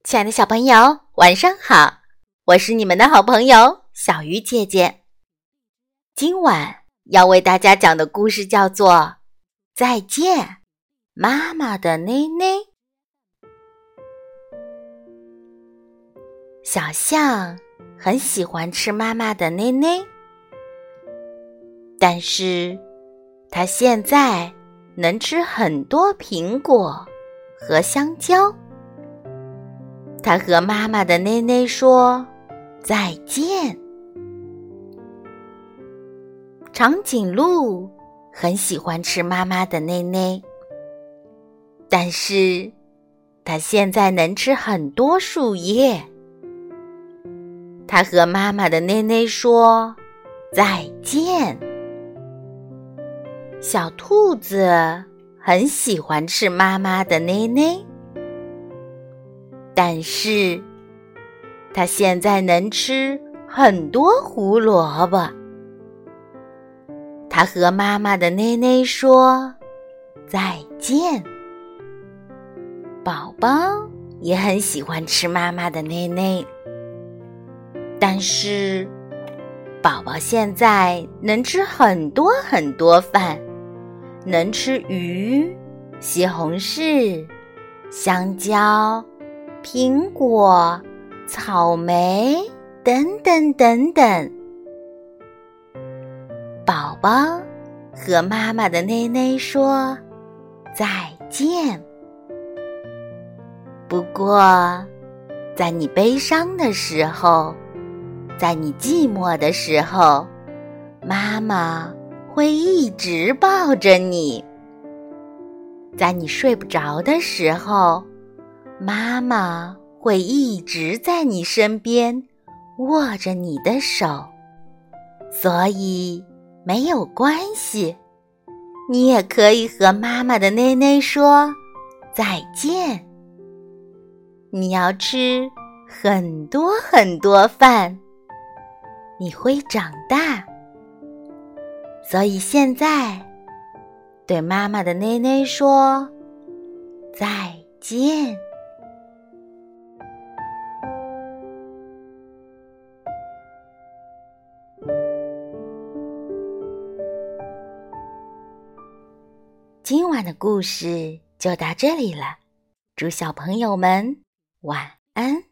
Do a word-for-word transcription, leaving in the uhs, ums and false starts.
亲爱的小朋友，晚上好！我是你们的好朋友小鱼姐姐。今晚要为大家讲的故事叫做《再见，妈妈的内内》。小象很喜欢吃妈妈的内内，但是它现在能吃很多苹果和香蕉。他和妈妈的内内说再见。长颈鹿很喜欢吃妈妈的内内，但是它现在能吃很多树叶。他和妈妈的内内说再见。小兔子很喜欢吃妈妈的内内，但是它现在能吃很多胡萝卜。它和妈妈的内内说再见。宝宝也很喜欢吃妈妈的内内，但是宝宝现在能吃很多很多饭，能吃鱼、西红柿、香蕉、苹果、草莓等等等等。宝宝和妈妈的内内说再见。不过，在你悲伤的时候，在你寂寞的时候，妈妈会一直抱着你。在你睡不着的时候，妈妈会一直在你身边握着你的手，所以没有关系，你也可以和妈妈的内内说再见。你要吃很多很多饭，你会长大，所以现在对妈妈的内内说再见。今晚的故事就到这里了，祝小朋友们晚安。